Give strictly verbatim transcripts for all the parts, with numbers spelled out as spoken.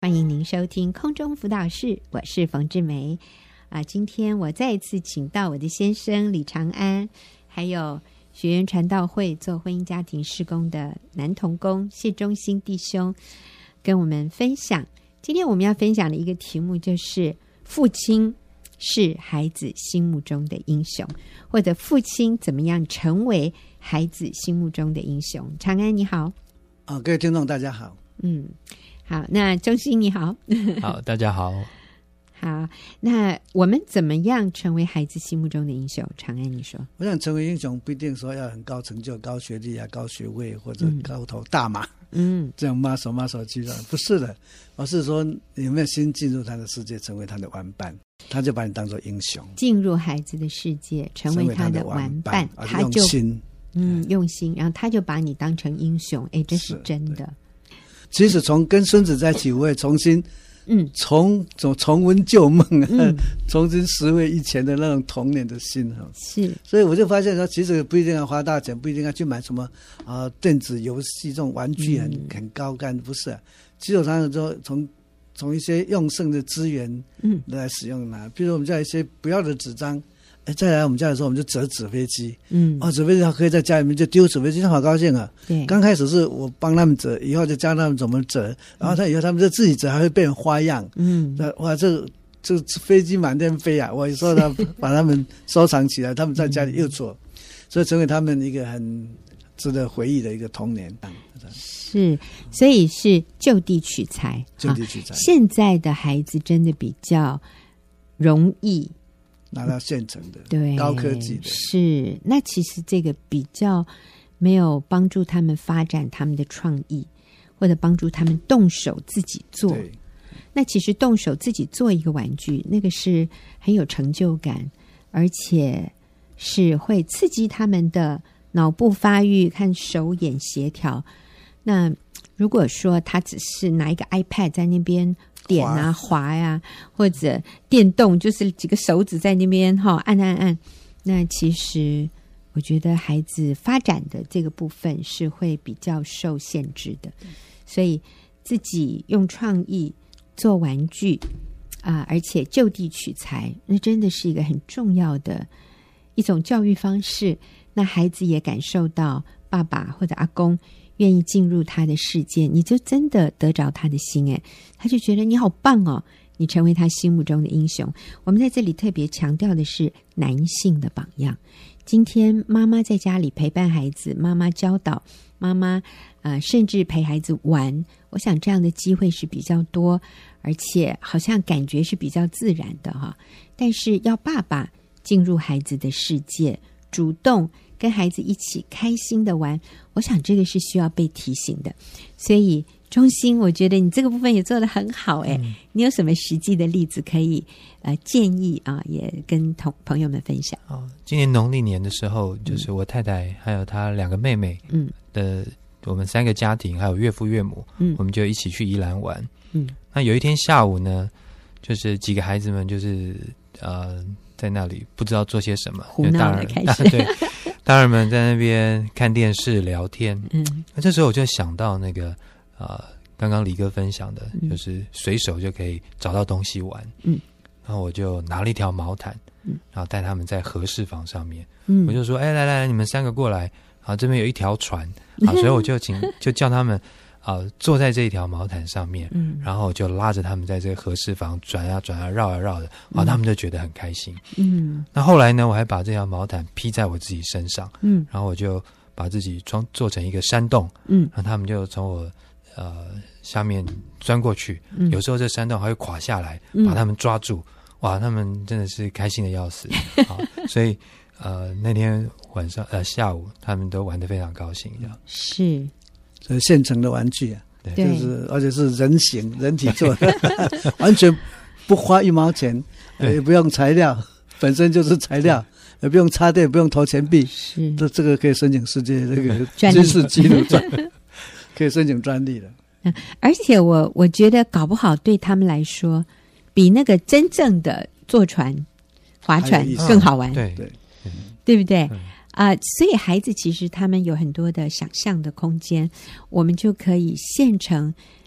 欢迎您收听空中辅导室，我是冯志梅啊。今天我再一次请到我的先生李长安，还有学员传道会做婚姻家庭事工的男同工谢忠兴弟兄，跟我们分享。今天我们要分享的一个题目就是父亲是孩子心目中的英雄，或者父亲怎么样成为孩子心目中的英雄。长安你好。 啊，各位听众大家好。 嗯，好，那忠兴你好。 好，大家好。 好，那我们怎么样成为孩子心目中的英雄？长安你说。 我想成为英雄不一定说要很高成就、高学历啊、高学位或者高头大马，嗯，这样抹手抹手机上，不是的，而是说有没有心进入他的世界，成为他的玩伴，他就把你当作英雄。 进入孩子的世界，成为他的玩伴，他就用心， 嗯，用心，然后他就把你当成英雄。哎，这是真的。 其实从跟孙子在一起，我也重新，嗯，重重重温旧梦啊，嗯、重新拾回以前的那种童年的心哈。 是， 所以我就发现说，其实不一定要花大钱，不一定要去买什么啊、呃、电子游戏这种玩具很、嗯、很高干，不是、啊。其实我常常说，从从一些用剩的资源，嗯，来使用它。比如我们家一些不要的纸张。哎，再来我们家的时候，我们就折纸飞机。嗯，哦，纸飞机可以在家里面就丢纸飞机，好高兴啊！对，刚开始是我帮他们折，以后就教他们怎么折，然后他以后他们就自己折，还会变成花样。嗯，哇，这这飞机满天飞啊！我有时候他把他们收藏起来，他们在家里又做，嗯、所以成为他们一个很值得回忆的一个童年。 是，所以是就地取材， 就地取材。 现在的孩子真的比较容易。 拿到现成的， 对， 高科技的， 是。那其实这个比较没有帮助他们发展他们的创意，或者帮助他们动手自己做。那其实动手自己做一个玩具，那个是很有成就感，而且是会刺激他们的脑部发育，看手眼协调。那如果说他只是拿一个 iPad 在那边点啊滑呀、啊，或者电动，就是几个手指在那边哈按按按，那其实我觉得孩子发展的这个部分是会比较受限制的，所以自己用创意做玩具啊、呃，而且就地取材，那真的是一个很重要的一种教育方式。那孩子也感受到爸爸或者阿公愿意进入他的世界，你就真的得着他的心，哎，他就觉得你好棒哦，你成为他心目中的英雄。我们在这里特别强调的是男性的榜样。今天妈妈在家里陪伴孩子，妈妈教导，妈妈呃甚至陪孩子玩，我想这样的机会是比较多，而且好像感觉是比较自然的哈。但是要爸爸进入孩子的世界，主动跟孩子一起开心的玩，我想这个是需要被提醒的。所以忠兴，我觉得你这个部分也做得很好哎、嗯，你有什么实际的例子可以呃建议啊，也跟同朋友们分享？ 哦，今年农历年的时候，就是我太太还有她两个妹妹的、嗯、我们三个家庭还有岳父岳母，嗯，我们就一起去宜兰玩。嗯，那有一天下午呢，就是几个孩子们就是呃在那里不知道做些什么， 胡闹了开始， 对。大人们在那边看电视聊天，嗯，那这时候我就想到那个呃，刚刚李哥分享的，嗯、就是随手就可以找到东西玩，嗯，然后我就拿了一条毛毯，嗯，然后带他们在和适房上面，嗯，我就说，哎，来来来，你们三个过来，啊，这边有一条船，啊，所以我就请就叫他们。啊、呃，坐在这一条毛毯上面，嗯，然后就拉着他们在这个和适房转啊转啊绕啊绕的，啊、嗯，他们就觉得很开心，嗯。那后来呢，我还把这条毛毯披在我自己身上，嗯，然后我就把自己装做成一个山洞，嗯，然后他们就从我呃下面钻过去，嗯，有时候这山洞还会垮下来，把他们抓住，哇，他们真的是开心的要死，啊，所以呃那天晚上呃下午他们都玩得非常高兴，这样是。 这现成的玩具啊，对，就是而且是人形人体做的，完全不花一毛钱，也不用材料，本身就是材料，也不用插电，不用投钱币，是这这个可以申请世界这个军事纪录专，可以申请专利的。 嗯，而且我我觉得搞不好对他们来说，比那个真正的坐船、划船更好玩， 对对， 对不对？啊、呃，所以孩子其实他们有很多的想象的空间，我们就可以现成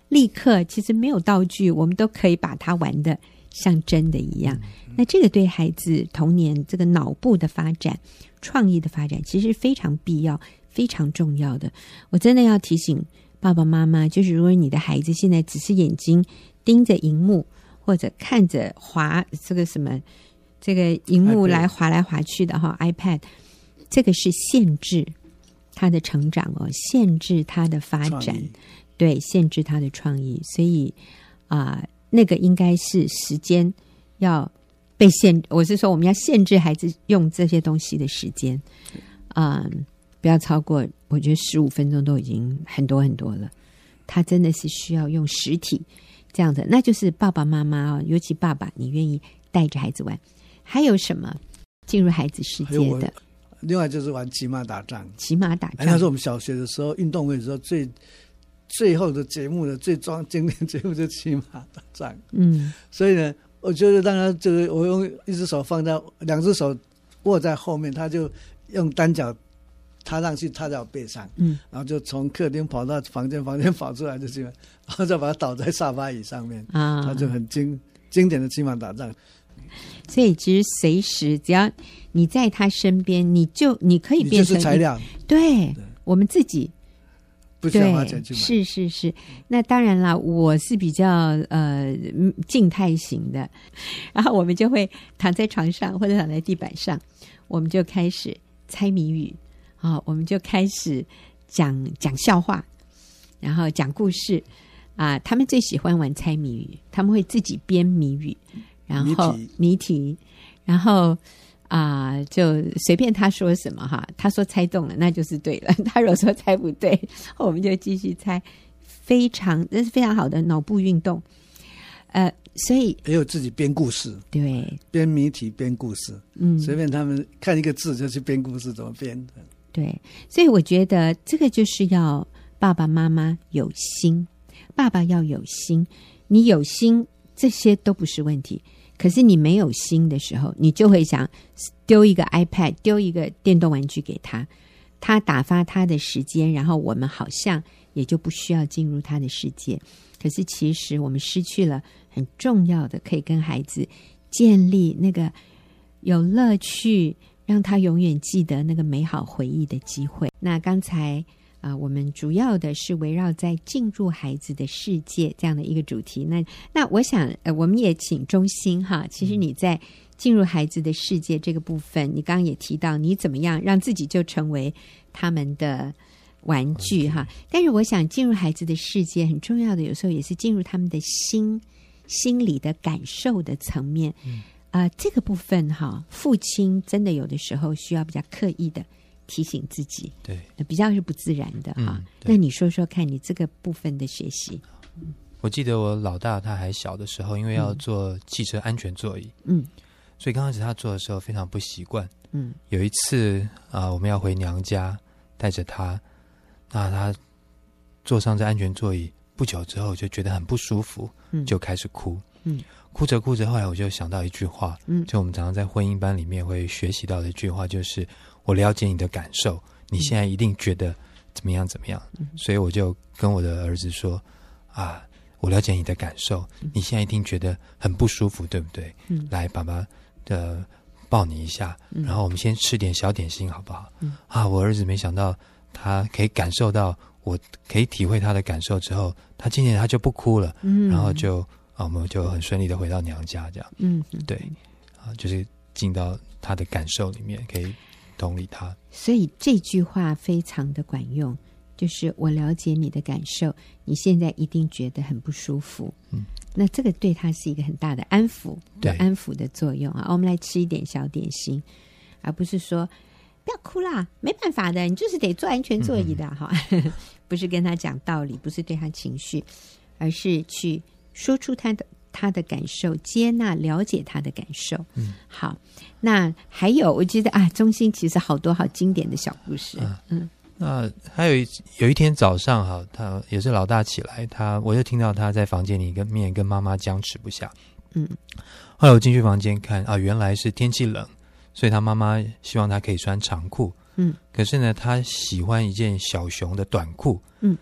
立刻其实没有道具，我们都可以把它玩得像真的一样。嗯、那这个对孩子童年这个脑部的发展、创意的发展，其实非常必要、非常重要的。我真的要提醒爸爸妈妈，就是如果你的孩子现在只是眼睛盯着荧幕，或者看着滑这个什么这个荧幕来滑来滑去的哈 iPad， 这个是限制他的成长哦，限制他的发展，对，限制他的创意。所以啊、呃，那个应该是时间要被限，我是说我们要限制孩子用这些东西的时间，嗯、呃，不要超过，我觉得十五分钟都已经很多很多了。他真的是需要用实体这样的，那就是爸爸妈妈哦，尤其爸爸，你愿意带着孩子玩。还有什么进入孩子世界的？ 另外就是玩骑马打仗。 骑马打仗， 那是我们小学的时候运动会的时候最最后的节目的最庄经典节目就是骑马打仗。嗯，所以呢，我觉得让他这个，我用一只手放在，两只手握在后面，他就用单脚踏上去，踏在我背上，嗯，然后就从客厅跑到房间，房间跑出来就行了，然后再把它倒在沙发椅上面啊，他就很经经典的骑马打仗。 所以其实随时只要你在他身边，你就你可以变成你就是材料。 对，对我们自己不需要花钱去买。 是是是，那当然啦，我是比较呃静态型的，然后我们就会躺在床上或者躺在地板上，我们就开始猜谜语啊，我们就开始讲讲笑话，然后讲故事啊。他们最喜欢玩猜谜语，他们会自己编谜语。然后谜题, 谜题然后啊、呃，就随便他说什么哈，他说猜中了那就是对了，他如果说猜不对，我们就继续猜，非常这是非常好的脑部运动。呃，所以也有自己编故事， 对， 编谜题编故事，嗯，随便他们看一个字就去编故事，怎么编？ 对，所以我觉得这个就是要爸爸妈妈有心，爸爸要有心，你有心这些都不是问题。可是你没有心的时候，你就会想丢一个 iPad， 丢一个电动玩具给他，他打发他的时间，然后我们好像也就不需要进入他的世界。可是其实我们失去了很重要的可以跟孩子建立那个有乐趣，让他永远记得那个美好回忆的机会。那刚才啊、呃，我们主要的是围绕在进入孩子的世界这样的一个主题。那那我想，呃，我们也请中心哈。其实你在进入孩子的世界这个部分，你刚刚也提到你怎么样让自己就成为他们的玩具哈。但是我想进入孩子的世界很重要的，有时候也是进入他们的心心理的感受的层面。嗯，啊、呃，这个部分哈，父亲真的有的时候需要比较刻意的提醒自己， 对， 比较是不自然的哈、嗯。那你说说看你这个部分的学习。 我记得我老大他还小的时候，因为要坐汽车安全座椅，嗯，所以刚开始他坐的时候非常不习惯，嗯。有一次啊、呃，我们要回娘家，带着他，那他坐上这安全座椅不久之后就觉得很不舒服，嗯，就开始哭，嗯。哭着哭着，后来我就想到一句话，嗯，就我们常常在婚姻班里面会学习到的一句话，就是我了解你的感受，你现在一定觉得怎么样怎么样，嗯，所以我就跟我的儿子说啊，我了解你的感受，你现在一定觉得很不舒服，对不对？嗯，来，爸爸的抱你一下，然后我们先吃点小点心，好不好？嗯，啊，我儿子没想到他可以感受到，我可以体会他的感受之后，他今年他就不哭了，嗯，然后就。啊，我们就很顺利的回到娘家，这样，嗯，对，啊，就是进到他的感受里面，可以同理他。 所以这句话非常的管用，就是我了解你的感受，你现在一定觉得很不舒服，嗯，那这个对他是一个很大的安抚，对，安抚的作用啊。我们来吃一点小点心，而不是说不要哭啦，没办法的，你就是得坐安全座椅的哈，嗯，不是跟他讲道理，不是对他情绪，而是去说出他的他的感受，接纳了解他的感受。嗯，好，那还有我觉得啊，中心其实好多好经典的小故事。啊、嗯， 那还有一有一天早上哈，他也是老大起来，他我就听到他在房间里跟面跟妈妈僵持不下。嗯，后来我进去房间看啊，原来是天气冷，所以他妈妈希望他可以穿长裤。嗯，可是呢，他喜欢一件小熊的短裤。嗯。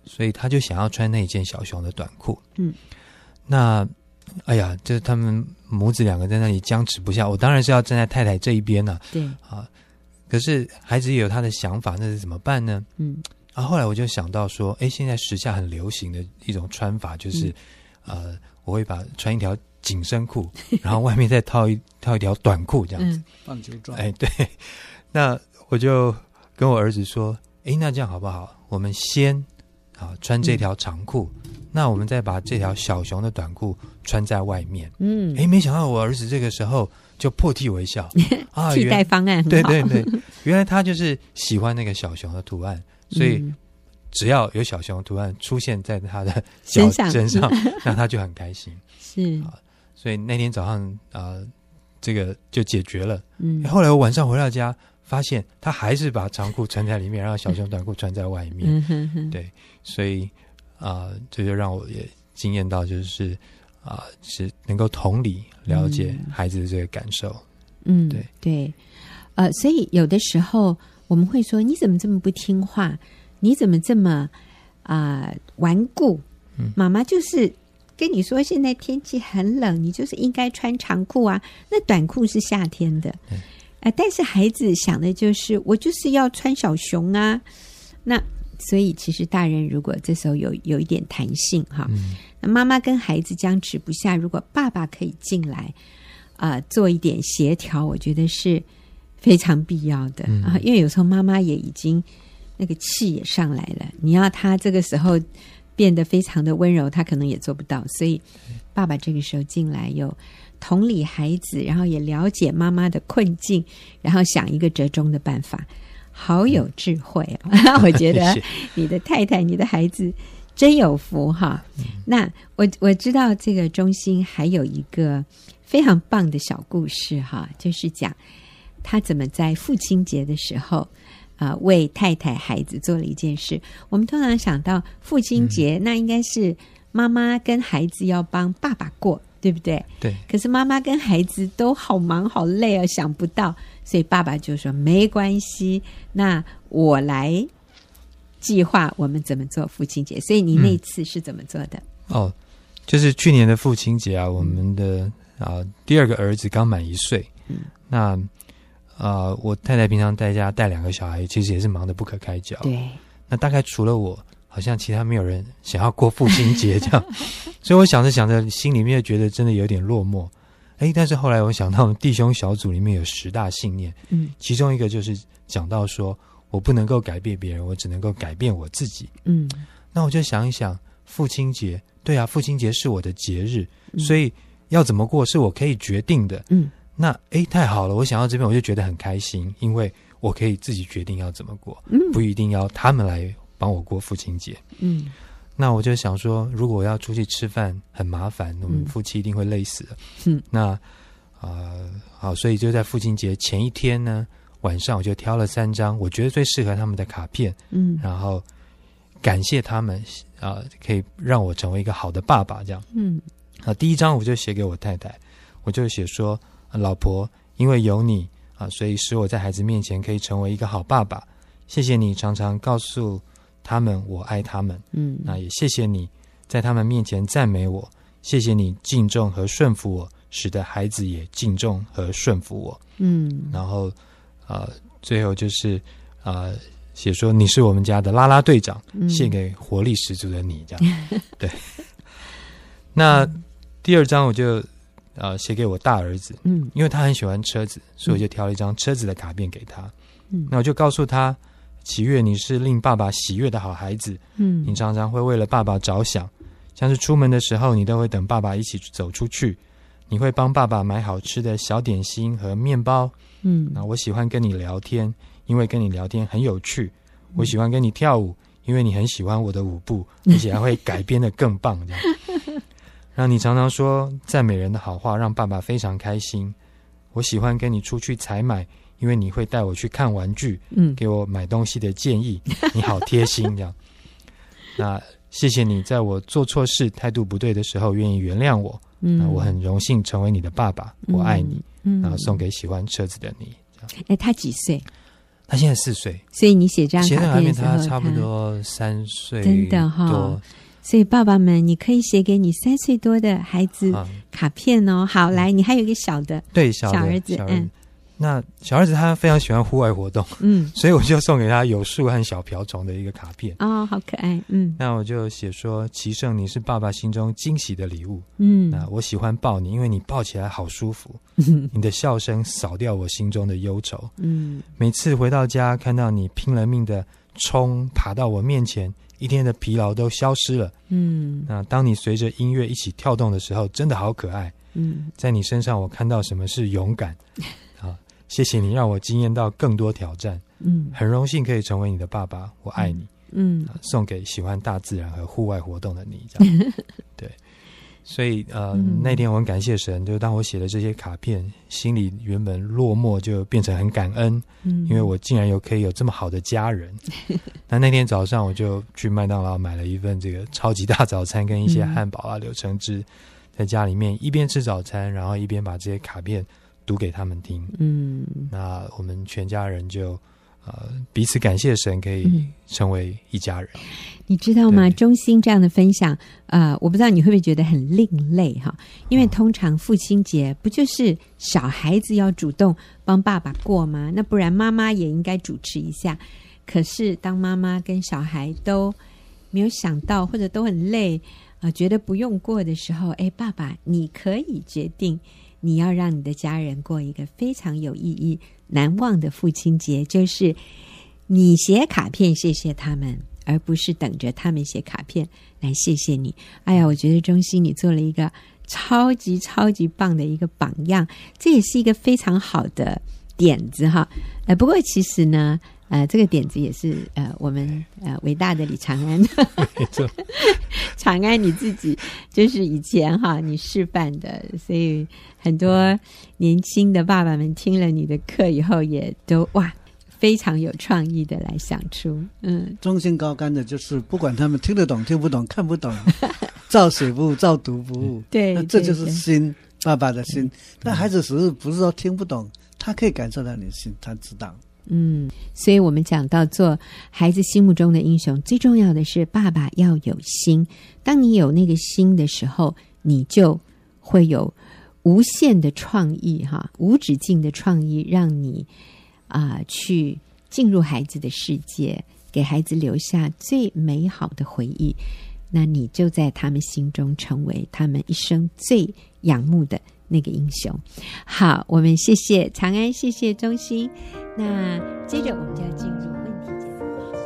所以他就想要穿那件小熊的短裤。 嗯， 那哎呀，就是他们母子两个在那里僵持不下，我当然是要站在太太这一边啊。 对啊，可是孩子也有他的想法，那是怎么办呢？ 嗯， 然后后来我就想到说，哎，现在时下很流行的一种穿法就是，嗯、呃，我会把穿一条紧身裤，然后外面再套一套一条短裤这样子， 棒球装。 哎，对，那我就跟我儿子说，哎，那这样好不好？我们先啊穿这条长裤。嗯，那我们再把这条小熊的短裤穿在外面。嗯，哎，没想到我儿子这个时候就破涕为笑啊！替代方案很好， 对对对，原来他就是喜欢那个小熊的图案，所以只要有小熊的图案出现在他的脚身上，那他就很开心。 是啊， 所以那天早上啊、呃，这个就解决了。 嗯， 后来我晚上回到家，发现他还是把长裤穿在里面，然后小熊短裤穿在外面。 嗯哼哼， 对，所以。啊、呃，这就让我也惊艳到，就是啊、呃，是能够同理了解孩子的这个感受。 嗯， 对对，呃，所以有的时候我们会说，你怎么这么不听话？你怎么这么啊、呃、顽固？嗯，妈妈就是跟你说，现在天气很冷，你就是应该穿长裤啊。那短裤是夏天的， 嗯呃，但是孩子想的就是我就是要穿小熊啊，那。所以其实大人如果这时候有有一点弹性哈， 嗯， 那妈妈跟孩子僵持不下，如果爸爸可以进来啊、呃、做一点协调，我觉得是非常必要的、嗯、啊，因为有时候妈妈也已经那个气也上来了，你要他这个时候变得非常的温柔，他可能也做不到，所以爸爸这个时候进来有同理孩子，然后也了解妈妈的困境，然后想一个折中的办法。好有智慧哦！我觉得你的太太、你的孩子真有福哈。那我我知道这个中心还有一个非常棒的小故事哈，就是讲他怎么在父亲节的时候啊、呃，为太太、孩子做了一件事。我们通常想到父亲节，嗯、那应该是妈妈跟孩子要帮爸爸过，对不对？ 对。 可是妈妈跟孩子都好忙好累啊，想不到。所以爸爸就说没关系，那我来计划我们怎么做父亲节。所以你那次是怎么做的？ 嗯、哦，就是去年的父亲节啊，我们的啊、呃、第二个儿子刚满一岁。嗯，那啊、呃、我太太平常在家带两个小孩，其实也是忙得不可开交。 对， 那大概除了我，好像其他没有人想要过父亲节这样，所以我想着想着，心里面觉得真的有点落寞。哎，但是后来我想到弟兄小组里面有十大信念，嗯，其中一个就是讲到说，我不能够改变别人，我只能够改变我自己，嗯，那我就想一想，父亲节，对啊，父亲节是我的节日，嗯、所以要怎么过是我可以决定的，嗯，那哎太好了，我想到这边我就觉得很开心，因为我可以自己决定要怎么过，嗯，不一定要他们来帮我过父亲节，嗯。那我就想说，如果我要出去吃饭很麻烦，我们夫妻一定会累死的。嗯，那啊、呃、好，所以就在父亲节前一天呢，晚上我就挑了三张我觉得最适合他们的卡片，嗯，然后感谢他们啊、呃，可以让我成为一个好的爸爸，这样。嗯，啊，第一张我就写给我太太，我就写说，老婆，因为有你啊，所以使我在孩子面前可以成为一个好爸爸。谢谢你常常告诉他们我爱他们，嗯，那也谢谢你在他们面前赞美我，谢谢你敬重和顺服我，使得孩子也敬重和顺服我，嗯，然后呃，最后就是呃，写说你是我们家的啦啦队长，嗯、献给活力十足的你，这样，对。那第二张我就呃写给我大儿子，嗯，因为他很喜欢车子，所以我就挑了一张车子的卡片给他，嗯，那我就告诉他。喜悦，你是令爸爸喜悦的好孩子。嗯，你常常会为了爸爸着想，像是出门的时候，你都会等爸爸一起走出去。你会帮爸爸买好吃的小点心和面包。嗯，那我喜欢跟你聊天，因为跟你聊天很有趣。我喜欢跟你跳舞，因为你很喜欢我的舞步，而且还会改编得更棒。这样，让你常常说赞美人的好话，让爸爸非常开心。我喜欢跟你出去采买。因为你会带我去看玩具，嗯，给我买东西的建议，你好贴心这样。那谢谢你在我做错事、态度不对的时候愿意原谅我，嗯，那我很荣幸成为你的爸爸，我爱你，嗯，然后送给喜欢车子的你。哎， 他几岁？ 他现在四岁， 所以你写这张卡片的时候， 他差不多三岁， 真的哈、哦。所以爸爸们，你可以写给你三岁多的孩子卡片哦。好，来，你还有一个小的， 对，小的小儿子， 小儿子嗯。那小儿子他非常喜欢户外活动，嗯，所以我就送给他有树和小瓢虫的一个卡片。 哦，好可爱，嗯。 那我就写说：齐胜，你是爸爸心中惊喜的礼物，嗯。那我喜欢抱你，因为你抱起来好舒服，嗯、你的笑声扫掉我心中的忧愁，嗯。每次回到家，看到你拼了命的冲爬到我面前，一天的疲劳都消失了，嗯。那当你随着音乐一起跳动的时候，真的好可爱，嗯。在你身上，我看到什么是勇敢。谢谢你让我经验到更多挑战，嗯，很荣幸可以成为你的爸爸，我爱你，嗯，啊、送给喜欢大自然和户外活动的你，这样，对，所以呃、嗯，那天我很感谢神，就当我写了这些卡片，心里原本落寞就变成很感恩，嗯，因为我竟然有可以有这么好的家人。那那天早上我就去麦当劳买了一份这个超级大早餐跟一些汉堡啊、柳橙汁，在家里面一边吃早餐，然后一边把这些卡片读给他们听，嗯，那我们全家人就呃彼此感谢神，可以成为一家人。嗯、 你知道吗？中心这样的分享，呃，我不知道你会不会觉得很另类哈？因为通常父亲节不就是小孩子要主动帮爸爸过吗？那不然妈妈也应该主持一下。可是当妈妈跟小孩都没有想到，或者都很累，呃，觉得不用过的时候，哎，爸爸，你可以决定。你要让你的家人过一个非常有意义、难忘的父亲节，就是你写卡片谢谢他们，而不是等着他们写卡片来谢谢你。哎呀，我觉得中心你做了一个超级超级棒的一个榜样，这也是一个非常好的点子哈。呃，不过其实呢，呃，这个点子也是呃我们呃伟大的李长安， 没错， 长安你自己就是以前哈你示范的，所以很多年轻的爸爸们听了你的课以后，也都哇非常有创意的来想出，嗯， 中心高竿的就是不管他们听得懂听不懂看不懂，照写不误照读不误， 对， 那这就是心，爸爸的心。那孩子只是不是说听不懂，他可以感受到你的心，他知道。 嗯，所以我们讲到做孩子心目中的英雄，最重要的是爸爸要有心。当你有那个心的时候，你就会有无限的创意哈，无止境的创意，让你啊、呃、去进入孩子的世界，给孩子留下最美好的回忆。那你就在他们心中成为他们一生最仰慕的那个英雄。好，我们谢谢长安，谢谢中心。那接着我们就要进入问题解答的时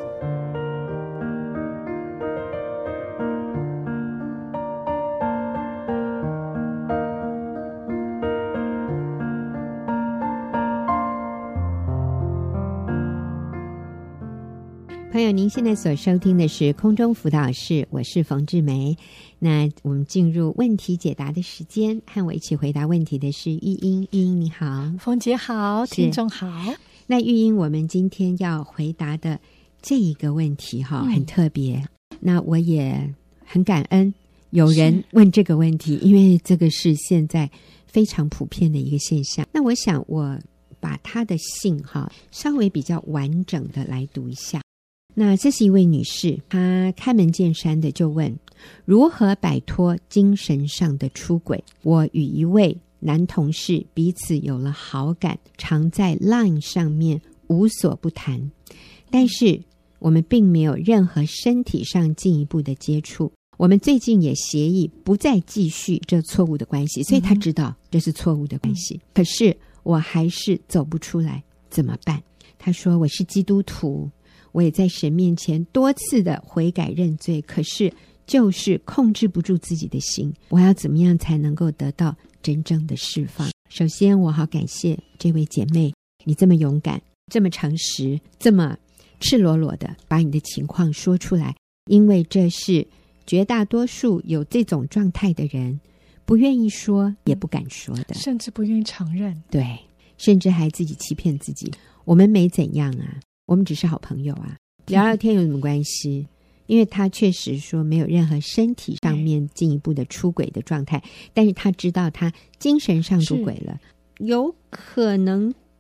间。朋友，您现在所收听的是空中辅导室，我是冯志梅。那我们进入问题解答的时间，和我一起回答问题的是玉英。玉英你好。 冯姐好，听众好。 那玉英，我们今天要回答的这一个问题哈、嗯，很特别。那我也很感恩有人问这个问题，因为这个是现在非常普遍的一个现象。那我想我把他的信哈稍微比较完整的来读一下。那这是一位女士，她开门见山的就问，如何摆脱精神上的出轨？我与一位男同事彼此有了好感，常在 Line 上面无所不谈，但是我们并没有任何身体上进一步的接触。我们最近也协议不再继续这错误的关系，所以他知道这是错误的关系、嗯、可是我还是走不出来，怎么办？他说，我是基督徒，我也在神面前多次的悔改认罪，可是就是控制不住自己的心，我要怎么样才能够得到真正的释放？首先我好感谢这位姐妹，你这么勇敢，这么诚实，这么赤裸裸的把你的情况说出来，因为这是绝大多数有这种状态的人不愿意说也不敢说的， 甚至不愿意承认， 对，甚至还自己欺骗自己，我们没怎样啊，我们只是好朋友啊，聊聊天有什么关系？因为他确实说没有任何身体上面进一步的出轨的状态，但是他知道他精神上出轨了，有可能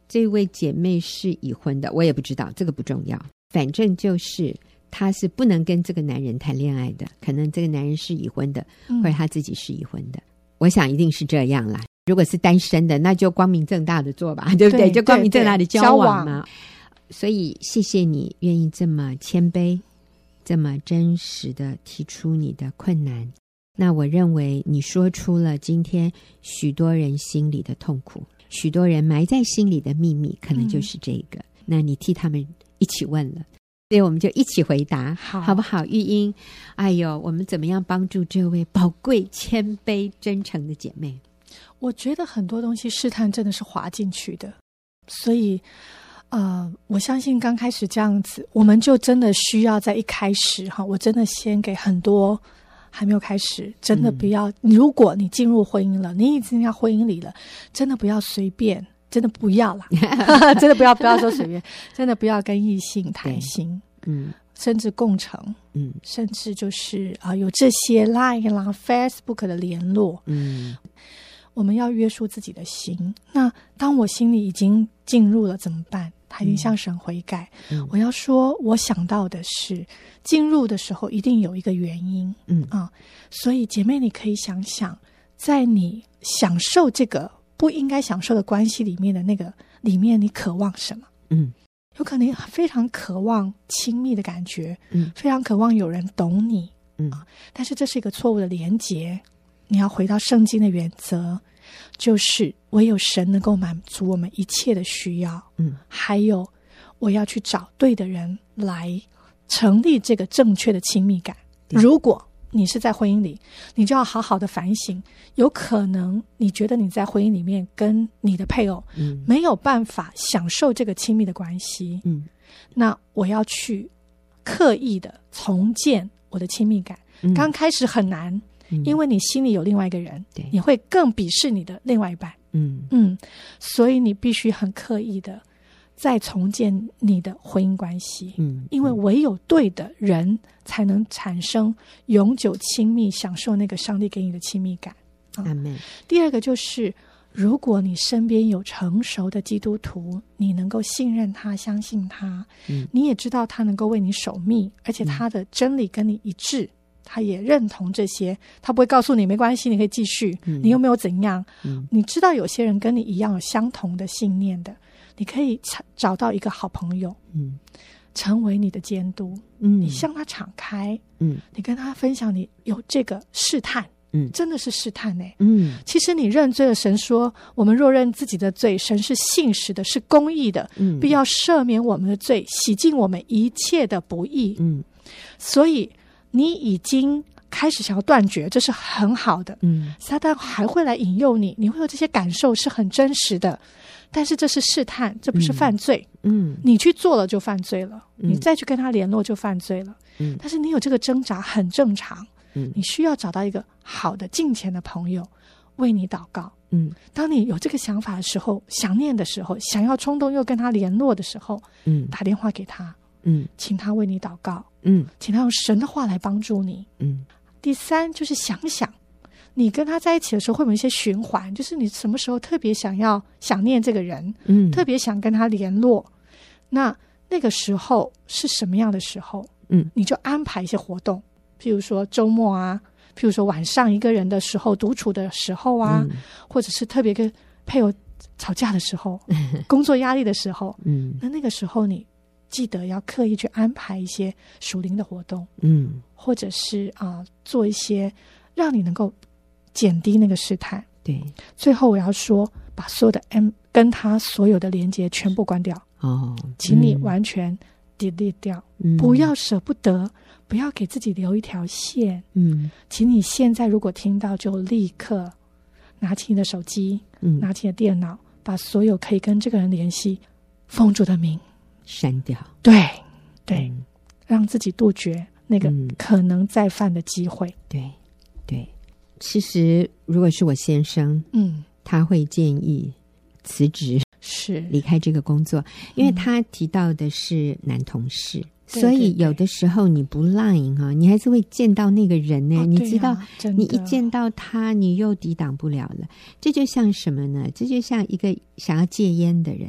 这位姐妹是已婚的，我也不知道，这个不重要，反正就是她是不能跟这个男人谈恋爱的，可能这个男人是已婚的，或者他自己是已婚的，我想一定是这样啦。如果是单身的，那就光明正大的做吧，对不对？对，就光明正大的交往嘛。所以谢谢你愿意这么谦卑，这么真实的提出你的困难。那我认为你说出了今天许多人心里的痛苦，许多人埋在心里的秘密，可能就是这个、嗯、那你替他们一起问了，所以我们就一起回答， 好, 好不好？玉英，哎呦，我们怎么样帮助这位宝贵谦卑真诚的姐妹？ 我觉得很多东西试探真的是滑进去的，所以呃，我相信刚开始这样子，我们就真的需要在一开始哈，我真的先给很多还没有开始，真的不要、嗯、如果你进入婚姻了，你已经要婚姻里了，真的不要随便，真的不要啦真的不要不要说随便，真的不要跟异性谈心，嗯，甚至共乘，嗯，甚至就是啊、呃、有这些 Line 啦 Facebook 的联络，嗯，我们要约束自己的心。那当我心里已经进入了怎么办？他已经向神悔改、嗯、我要说我想到的是进入的时候一定有一个原因，嗯啊，所以姐妹你可以想想，在你享受这个不应该享受的关系里面的那个里面，你渴望什么？嗯，有可能非常渴望亲密的感觉，嗯，非常渴望有人懂你，嗯啊，但是这是一个错误的连结。你要回到圣经的原则，就是唯有神能够满足我们一切的需要，嗯，还有我要去找对的人来成立这个正确的亲密感。如果你是在婚姻里，你就要好好的反省，有可能你觉得你在婚姻里面跟你的配偶、嗯、没有办法享受这个亲密的关系，嗯，那我要去刻意的重建我的亲密感、嗯、刚开始很难、嗯、因为你心里有另外一个人，对，你会更鄙视你的另外一半，嗯嗯，所以你必须很刻意的再重建你的婚姻关系，嗯，因为唯有对的人才能产生永久亲密，享受那个上帝给你的亲密感。阿们。第二个就是，如果你身边有成熟的基督徒，你能够信任他，相信他，嗯，你也知道他能够为你守密，而且他的真理跟你一致，嗯，他也认同这些，他不会告诉你没关系，你可以继续，嗯，你又没有怎样，嗯，你知道有些人跟你一样有相同的信念的，你可以找到一个好朋友，嗯，成为你的监督，嗯，你向他敞开，嗯，你跟他分享你有这个试探，嗯，真的是试探欸，嗯，其实你认罪了，神说我们若认自己的罪，神是信实的，是公义的，嗯，必要赦免我们的罪，洗净我们一切的不义，嗯，所以你已经开始想要断绝，这是很好的，嗯，撒旦还会来引诱你，你会有这些感受是很真实的，但是这是试探，这不是犯罪，嗯，你去做了就犯罪了，嗯，你再去跟他联络就犯罪了，嗯，但是你有这个挣扎很正常，嗯，你需要找到一个好的敬虔的朋友为你祷告，嗯，当你有这个想法的时候，想念的时候，想要冲动又跟他联络的时候，嗯，打电话给他，嗯，请他为你祷告，嗯，请他用神的话来帮助你，嗯，第三就是想想你跟他在一起的时候会有一些循环，就是你什么时候特别想要想念这个人，嗯，特别想跟他联络，那那个时候是什么样的时候，嗯，你就安排一些活动，譬如说周末啊，譬如说晚上一个人的时候，独处的时候啊，嗯，或者是特别跟配偶吵架的时候工作压力的时候，嗯，那那个时候你记得要刻意去安排一些属灵的活动，嗯，或者是啊，呃、做一些让你能够减低那个试探。对，最后我要说，把所有的 M 跟他所有的连接全部关掉哦，请你完全 delete 掉，嗯，不要舍不得，不要给自己留一条线，嗯，请你现在如果听到就立刻拿起你的手机，嗯，拿起你的电脑，把所有可以跟这个人联系奉主的名删掉， 对对，嗯，让自己杜绝那个可能再犯的机会， 嗯，对对。其实如果是我先生，嗯，他会建议辞职， 是离开这个工作，因为他提到的是男同事，嗯，所以有的时候你不 line 啊，你还是会见到那个人呢，哦，你知道，你一见到他，你又抵挡不了了。这就像什么呢？这就像一个想要戒烟的人，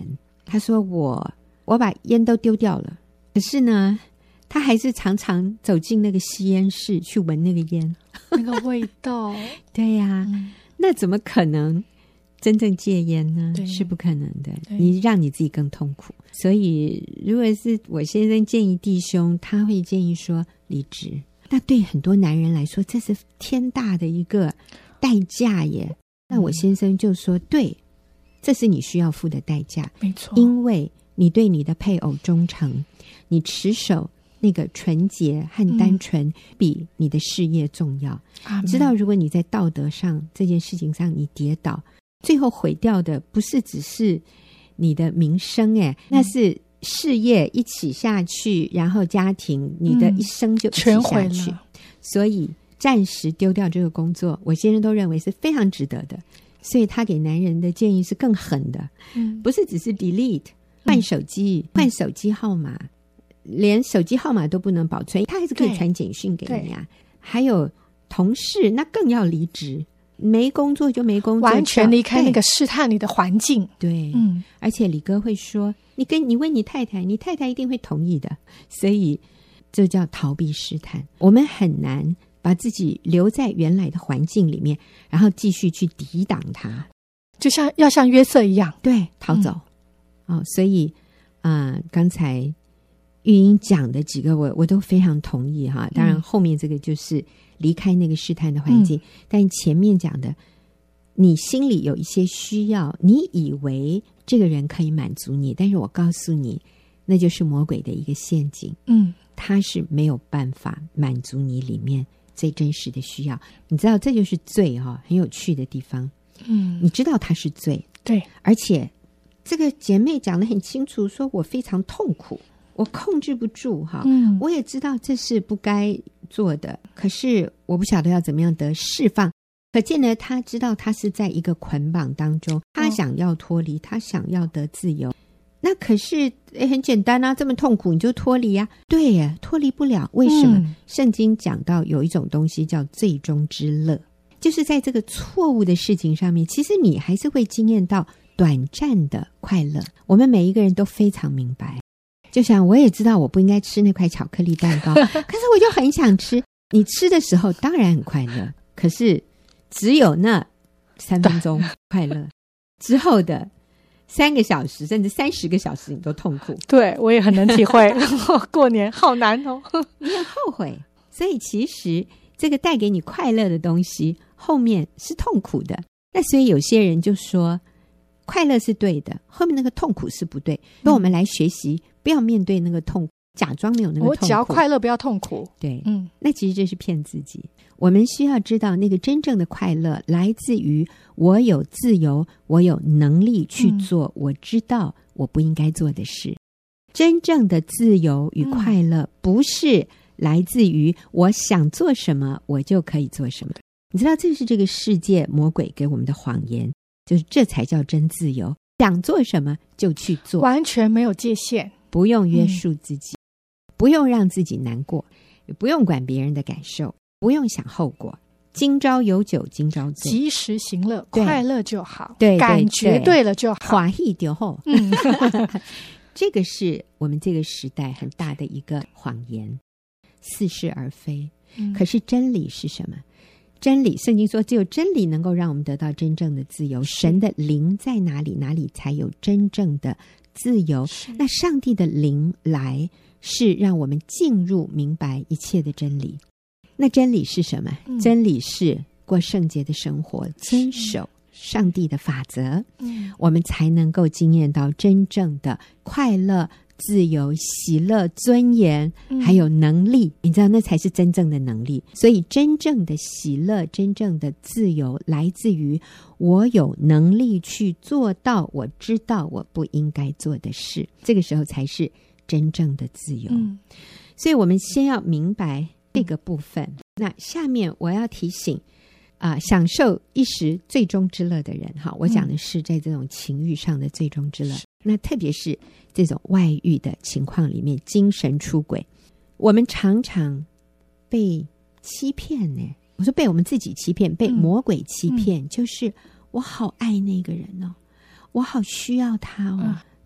他说我我把烟都丢掉了，可是呢他还是常常走进那个吸烟室去闻那个烟， 那个味道。 对呀、啊嗯，那怎么可能真正戒烟呢？是不可能的，你让你自己更痛苦。所以如果是我先生建议弟兄，他会建议说离职。那对很多男人来说，这是天大的一个代价耶。那我先生就说，对，这是你需要付的代价， 没错， 因为你对你的配偶忠诚，你持守那个纯洁和单纯比你的事业重要、嗯、你知道如果你在道德上这件事情上你跌倒，最后毁掉的不是只是你的名声耶、嗯、那是事业一起下去，然后家庭你的一生就一起下去、嗯、全毁了。所以暂时丢掉这个工作，我先生都认为是非常值得的，所以他给男人的建议是更狠的、嗯、不是只是 delete 换手机、嗯、换手机号码、嗯，连手机号码都不能保存，他还是可以传简讯给你啊。还有同事，那更要离职，没工作就没工作， 完全离开那个试探你的环境。 对，嗯，而且李哥会说，你跟你问你太太，你太太一定会同意的，所以这叫逃避试探。我们很难把自己留在原来的环境里面，然后继续去抵挡它， 就像要像约瑟一样， 对，逃走。嗯、哦，所以啊、呃，刚才玉英讲的几个我我都非常同意哈，当然后面这个就是离开那个试探的环境、嗯、但前面讲的你心里有一些需要，你以为这个人可以满足你，但是我告诉你那就是魔鬼的一个陷阱，嗯，他是没有办法满足你里面最真实的需要。你知道这就是罪哈，很有趣的地方，嗯，你知道他是罪， 对， 而且这个姐妹讲得很清楚，说我非常痛苦，我控制不住哈、嗯，我也知道这是不该做的，可是我不晓得要怎么样得释放。可见呢，他知道他是在一个捆绑当中，他想要脱离，他想要得自由。那可是诶很简单啊，这么痛苦你就脱离啊？对呀，脱离不了。为什么？嗯、圣经讲到有一种东西叫最终之乐，就是在这个错误的事情上面，其实你还是会经验到短暂的快乐。我们每一个人都非常明白，就像我也知道我不应该吃那块巧克力蛋糕，可是我就很想吃。你吃的时候当然很快乐，可是只有那三分钟快乐，之后的三个小时甚至三十个小时你都痛苦。 对，我也很能体会。过年好难哦， 你很后悔。所以其实这个带给你快乐的东西后面是痛苦的。那所以有些人就说快乐是对的，后面那个痛苦是不对。那、嗯、我们来学习不要面对那个痛苦，假装没有那个痛苦， 我只要快乐不要痛苦。 对，嗯，那其实这是骗自己。我们需要知道那个真正的快乐来自于我有自由，我有能力去做我知道我不应该做的事、嗯、真正的自由与快乐不是来自于我想做什么我就可以做什么。你知道这是这个世界魔鬼给我们的谎言，就是这才叫真自由，想做什么就去做， 完全没有界限， 不用约束自己、嗯、不用让自己难过，也不用管别人的感受，不用想后果，今朝有酒今朝醉， 及时行乐，快乐就好， 对， 感觉对了就好， 华意就好。嗯，这个是我们这个时代很大的一个谎言，似是而非、嗯、可是真理是什么？真理，圣经说只有真理能够让我们得到真正的自由。神的灵在哪里，哪里才有真正的自由。那上帝的灵来是让我们进入明白一切的真理。那真理是什么、嗯、真理是过圣洁的生活，遵守上帝的法则、嗯、我们才能够经验到真正的快乐、自由、喜乐、尊严、嗯、还有能力。你知道那才是真正的能力。所以真正的喜乐、真正的自由来自于我有能力去做到我知道我不应该做的事，这个时候才是真正的自由、嗯、所以我们先要明白这个部分。那下面我要提醒啊、呃，享受一时最终之乐的人哈，我讲的是在这种情欲上的最终之乐、嗯、那特别是这种外遇的情况里面，精神出轨，我们常常被欺骗呢。我说被我们自己欺骗，被魔鬼欺骗、嗯嗯、就是我好爱那个人哦，我好需要他哦、嗯、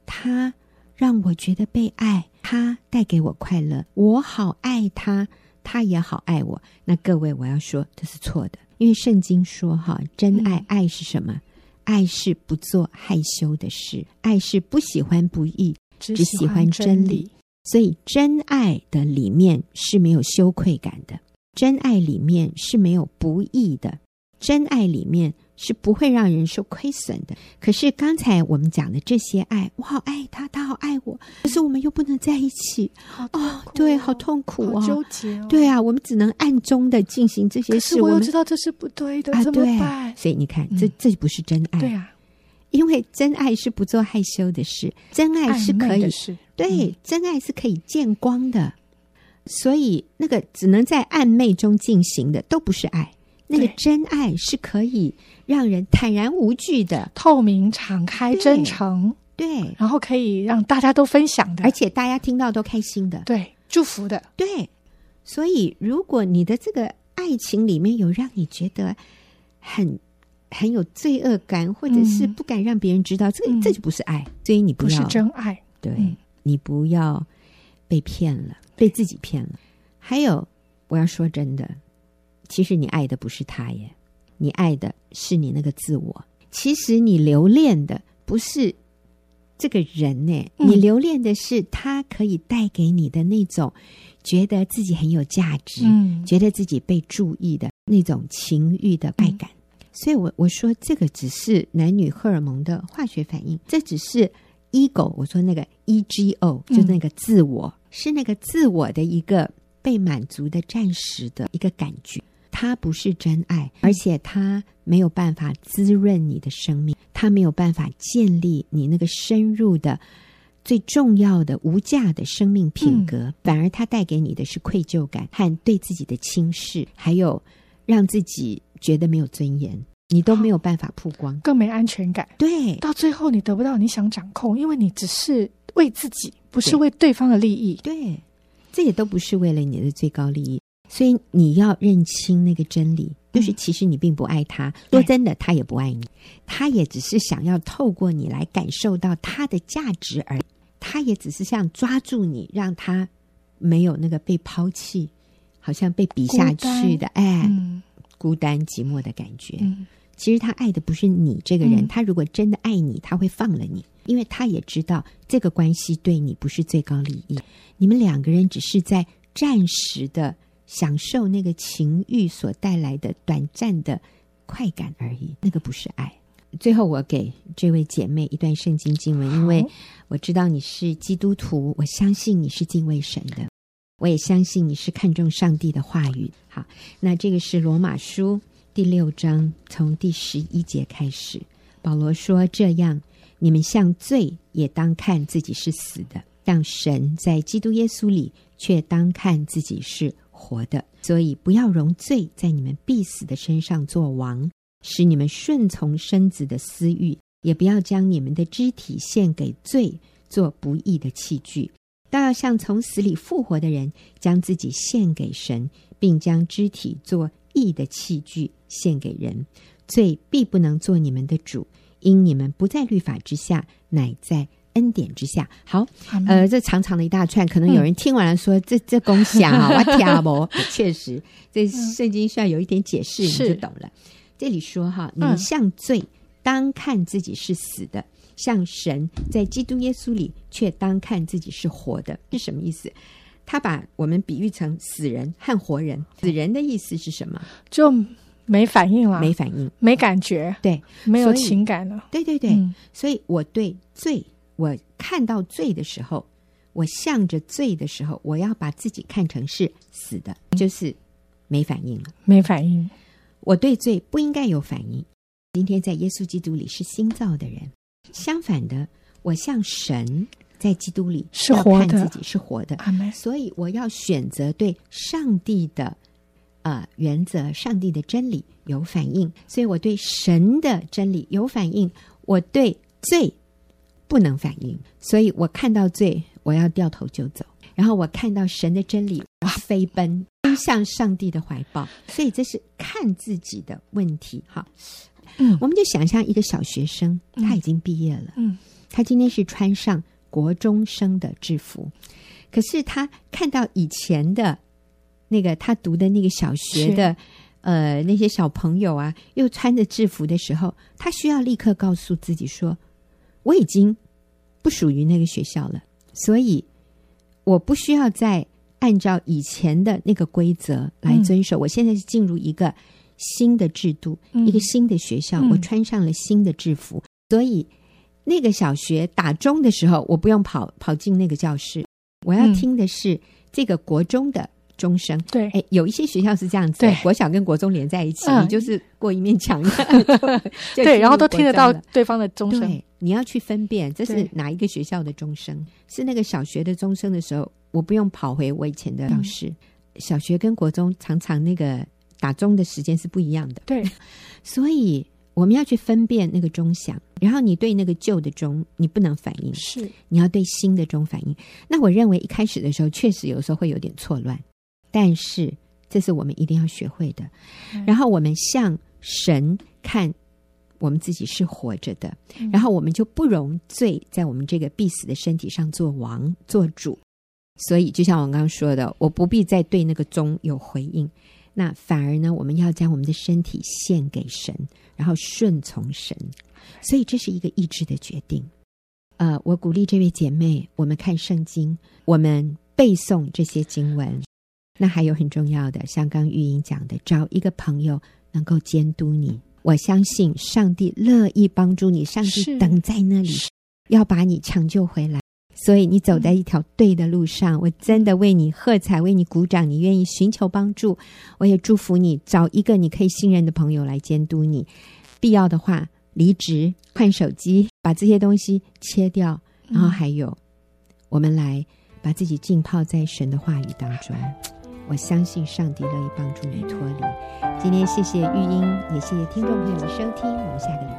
他让我觉得被爱，他带给我快乐，我好爱他，他也好爱我。那各位，我要说这是错的，因为圣经说哈，真爱、嗯、爱是什么？爱是不做害羞的事，爱是不喜欢不义，只喜欢真理。所以真爱的里面是没有羞愧感的，真爱里面是没有不义的，真爱里面是不会让人受亏损的。可是刚才我们讲的这些爱，我好爱他，他好爱我，可是我们又不能在一起， 好痛苦哦， 哦，对，好痛苦哦， 好纠结哦。 对啊，我们只能暗中的进行这些事。 可是我又知道这是不对的， 啊、 怎么办？ 所以你看，这这不是真爱。 对啊， 因为真爱是不做害羞的事，真爱是可以，对、嗯，真爱是可以见光的。所以那个只能在暧昧中进行的都不是爱，那个真爱是可以让人坦然无惧的， 透明、敞开、真诚， 对， 然后可以让大家都分享的， 而且大家听到都开心的， 对，祝福的， 对。所以如果你的这个爱情里面有让你觉得很很有罪恶感，或者是不敢让别人知道，嗯、这个这就不是爱，所以你不要， 不是真爱。 对、嗯、你不要被骗了，被自己骗了。还有，我要说真的，其实你爱的不是他耶，你爱的是你那个自我。其实你留恋的不是这个人呢、嗯，你留恋的是他可以带给你的那种觉得自己很有价值、嗯、觉得自己被注意的那种情欲的快感。嗯，所以我我说这个只是男女荷尔蒙的化学反应，这只是 ego， 我说那个 E G O 就那个自我、嗯、是那个自我的一个被满足的暂时的一个感觉，它不是真爱，而且它没有办法滋润你的生命，它没有办法建立你那个深入的最重要的无价的生命品格、嗯、反而它带给你的是愧疚感和对自己的轻视，还有让自己觉得没有尊严，你都没有办法曝光， 更没安全感。 对， 到最后你得不到你想掌控，因为你只是为自己，不是为对方的利益。 对，这也都不是为了你的最高利益。所以你要认清那个真理，就是其实你并不爱他、嗯、说真的，他也不爱你，他也只是想要透过你来感受到他的价值而已，他也只是想抓住你，让他没有那个被抛弃好像被比下去的哎、嗯，孤单寂寞的感觉、嗯、其实他爱的不是你这个人、嗯、他如果真的爱你，他会放了你，因为他也知道这个关系对你不是最高利益，你们两个人只是在暂时的享受那个情欲所带来的短暂的快感而已，那个不是爱。最后我给这位姐妹一段圣经经文，因为我知道你是基督徒，我相信你是敬畏神的，我也相信你是看重上帝的话语。好，那这个是罗马书第六章从第十一节开始，保罗说，这样你们像罪也当看自己是死的，像神在基督耶稣里却当看自己是活的，所以不要容罪在你们必死的身上做王，使你们顺从身子的私欲，也不要将你们的肢体献给罪做不义的器具，倒要像从死里复活的人，将自己献给神，并将肢体做义的器具献给人。罪必不能做你们的主，因你们不在律法之下，乃在恩典之下。好，呃，这长长的一大串，可能有人听完了说，嗯、这这功效啊，我听不，确实，这圣经需要有一点解释，你就懂了。这里说哈，你们像罪，当看自己是死的，像神在基督耶稣里却当看自己是活的，是什么意思？他把我们比喻成死人和活人。死人的意思是什么？ 就没反应了， 没反应， 没感觉， 对， 没有情感了。 对对对、嗯，所以我对罪，我看到罪的时候，我向着罪的时候，我要把自己看成是死的，就是没反应了， 没反应。 我对罪不应该有反应。今天在耶稣基督里是新造的人，相反的，我向神在基督里是活的， 看自己是活的，所以我要选择对上帝的呃原则、上帝的真理有反应，所以我对神的真理有反应，我对罪不能反应，所以我看到罪，我要掉头就走，然后我看到神的真理，我要飞奔奔向上帝的怀抱，所以这是看自己的问题。好，嗯，我们就想象一个小学生，他已经毕业了，嗯， 他今天是穿上国中生的制服，可是他看到以前的那个他读的那个小学的呃那些小朋友啊，又穿着制服的时候，他需要立刻告诉自己说，我已经不属于那个学校了，所以我不需要再按照以前的那个规则来遵守、嗯、我现在是进入一个新的制度、嗯、一个新的学校、嗯、我穿上了新的制服，所以那个小学打钟的时候我不用跑跑进那个教室，我要听的是这个国中的钟声。对，哎，有一些学校是这样子，国小跟国中连在一起、嗯、你就是过一面墙对，然后都听得到对方的钟声。 对，你要去分辨这是哪一个学校的钟声，是那个小学的钟声的时候，我不用跑回我以前的教室、嗯、小学跟国中常常那个打钟的时间是不一样的。对，所以我们要去分辨那个钟响，然后你对那个旧的钟你不能反应，是你要对新的钟反应。那我认为一开始的时候确实有时候会有点错乱，但是这是我们一定要学会的、嗯、然后我们向神看我们自己是活着的、嗯、然后我们就不容罪在我们这个必死的身体上做王做主。所以就像我刚刚说的，我不必再对那个钟有回应，那反而呢，我们要将我们的身体献给神，然后顺从神。所以这是一个意志的决定。呃，我鼓励这位姐妹，我们看圣经，我们背诵这些经文。那还有很重要的，像刚玉英讲的，找一个朋友能够监督你。我相信上帝乐意帮助你，上帝等在那里，要把你抢救回来。所以你走在一条对的路上、嗯、我真的为你喝彩，为你鼓掌，你愿意寻求帮助，我也祝福你找一个你可以信任的朋友来监督你。必要的话离职换手机，把这些东西切掉，然后还有、嗯、我们来把自己浸泡在神的话语当中。我相信上帝乐意帮助你脱离。今天谢谢玉英，也谢谢听众朋友的收听，我们下个礼拜